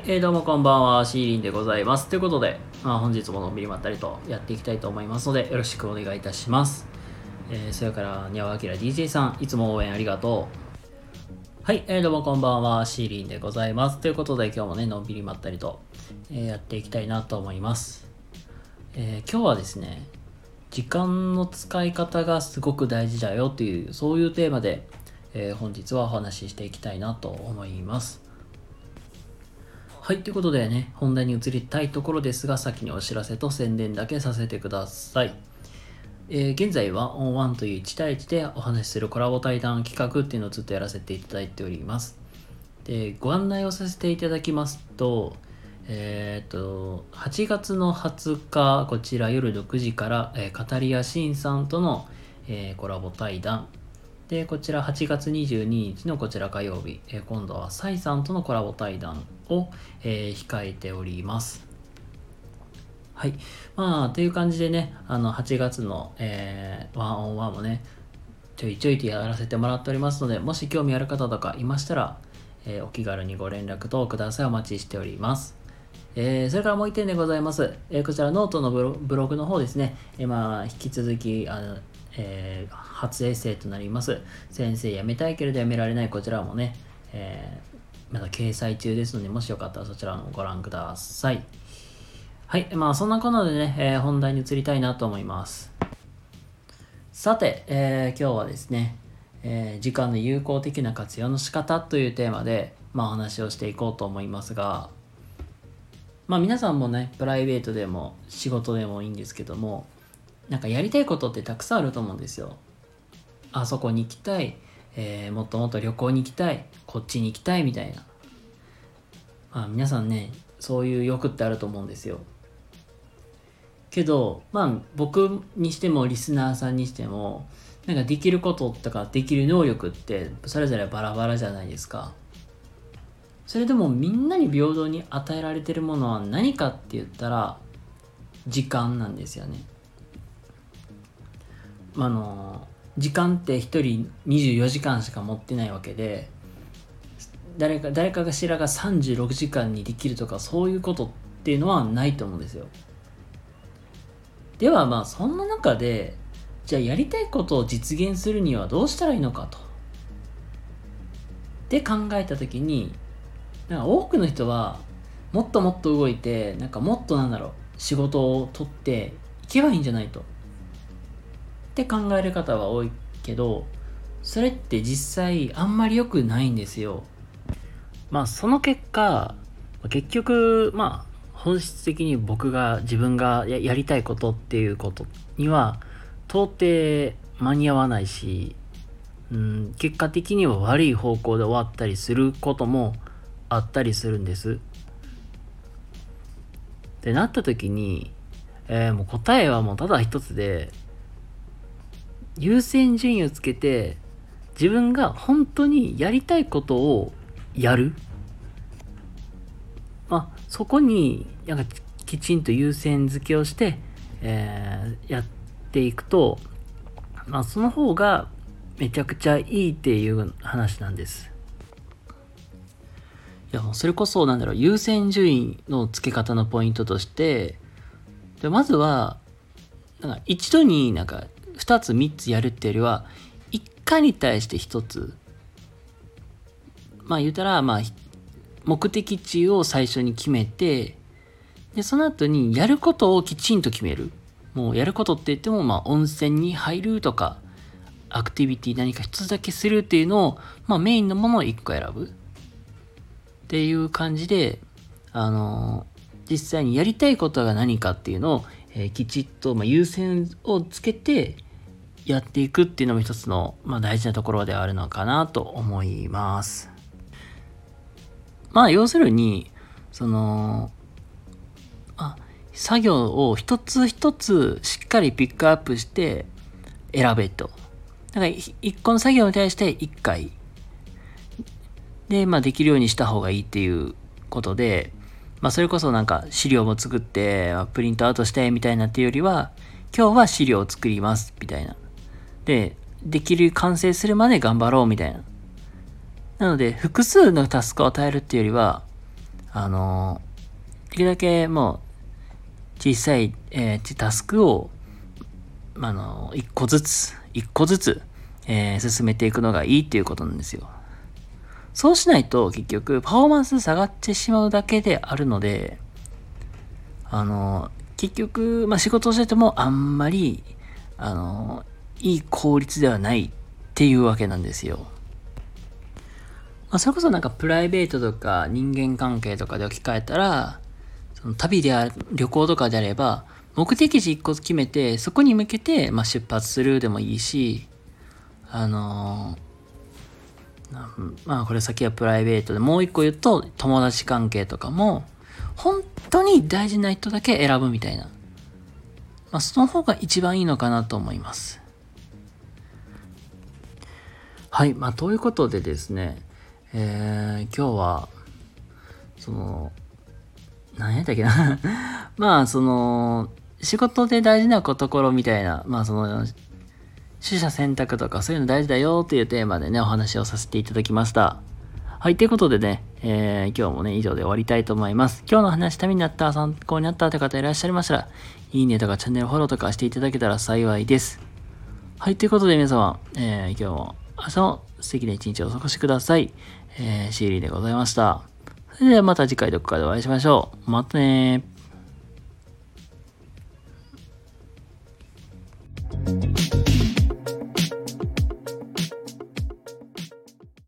どうもこんばんは、シーリンでございます。ということで、本日ものんびりまったりとやっていきたいと思いますので、よろしくお願いいたします。それから、にゃわあきら DJ さん、いつも応援ありがとう。はい、どうもこんばんは、シーリンでございます。ということで、今日もね、のんびりまったりと、やっていきたいなと思います。今日はですね、時間の使い方がすごく大事だよという、そういうテーマで、本日はお話ししていきたいなと思います。はい、ということでね、本題に移りたいところですが、先にお知らせと宣伝だけさせてください。現在はオンワンという1対1でお話しするコラボ対談企画っていうのをずっとやらせていただいております。で、ご案内をさせていただきますと、8月の20日、こちら夜6時から、カタリアシンさんとの、コラボ対談。で、こちら8月22日のこちら火曜日、今度はサイさんとのコラボ対談を、控えております。はい。という感じでね、8月の、ワンオンワンもね、ちょいちょいとやらせてもらっておりますので、もし興味ある方とかいましたら、お気軽にご連絡等ください。お待ちしております。それからもう一点でございます。こちらノートのブログの方ですね、引き続き、初エッセイとなります。先生辞めたいけれど辞められない、こちらもね、まだ掲載中ですので、もしよかったらそちらもご覧ください。はい、そんなこんなでね、本題に移りたいなと思います。さて、今日はですね、時間の有効的な活用の仕方というテーマで、お話をしていこうと思いますが、皆さんもね、プライベートでも仕事でもいいんですけども、なんかやりたいことってたくさんあると思うんですよ。あそこに行きたい、もっともっと旅行に行きたい、こっちに行きたいみたいな。皆さんね、そういう欲ってあると思うんですよ。けど、僕にしてもリスナーさんにしても、なんかできることとかできる能力ってそれぞれバラバラじゃないですか。それでもみんなに平等に与えられているものは何かって言ったら、時間なんですよね。時間って一人24時間しか持ってないわけで、誰かがしらが36時間にできるとかそういうことっていうのはないと思うんですよ。ではそんな中で、じゃあやりたいことを実現するにはどうしたらいいのかと。で考えたときに、多くの人はもっともっと動いて、もっと仕事を取っていけばいいんじゃないと。って考える方は多いけど、それって実際あんまり良くないんですよ。その結果、結局本質的に自分がやりたいことっていうことには到底間に合わないし、結果的には悪い方向で終わったりすることもあったりするんです。ってなった時に、もう答えはもうただ一つで、優先順位をつけて自分が本当にやりたいことをやる。そこにきちんと優先付けをして、やっていくと、その方がめちゃくちゃいいっていう話なんです。いやもうそれこそ優先順位の付け方のポイントとして、まずは一度に2つ3つやるっていうよりは、1回に対して1つ、言うたら目的地を最初に決めて、でその後にやることをきちんと決める。もうやることって言っても温泉に入るとか、アクティビティ何か一つだけするっていうのをメインのものを1個選ぶっていう感じで、実際にやりたいことが何かっていうのを、きちっと優先をつけてやっていくっていうのも一つの大事なところであるのかなと思います。要するに作業を一つ一つしっかりピックアップして選べと。だから一個の作業に対して一回でできるようにした方がいいっていうことで、それこそ資料も作ってプリントアウトしてみたいなっていうよりは、今日は資料を作りますみたいな。できる完成するまで頑張ろうみたいな。なので複数のタスクを与えるっていうよりは、 できるだけもう小さい、タスクを、一個ずつ、進めていくのがいいっていうことなんですよ。そうしないと結局パフォーマンス下がってしまうだけであるので、結局、仕事をしててもあんまり、いい効率ではないっていうわけなんですよ。それこそなんかプライベートとか人間関係とかで置き換えたら、その旅行とかであれば、目的地一個決めて、そこに向けて、出発するでもいいし、これ先はプライベートでもう一個言うと、友達関係とかも、本当に大事な人だけ選ぶみたいな。その方が一番いいのかなと思います。はい。ということでですね、今日は、何やったっけな仕事で大事なところみたいな、取捨選択とかそういうの大事だよっていうテーマでね、お話をさせていただきました。はい、ということでね、今日もね、以上で終わりたいと思います。今日の話ためになった、参考になったという方いらっしゃいましたら、いいねとかチャンネルフォローとかしていただけたら幸いです。はい、ということで皆様、今日も明日も素敵な一日をお過ごしください。シーリーでございました。それではまた次回どこかでお会いしましょう。またねー。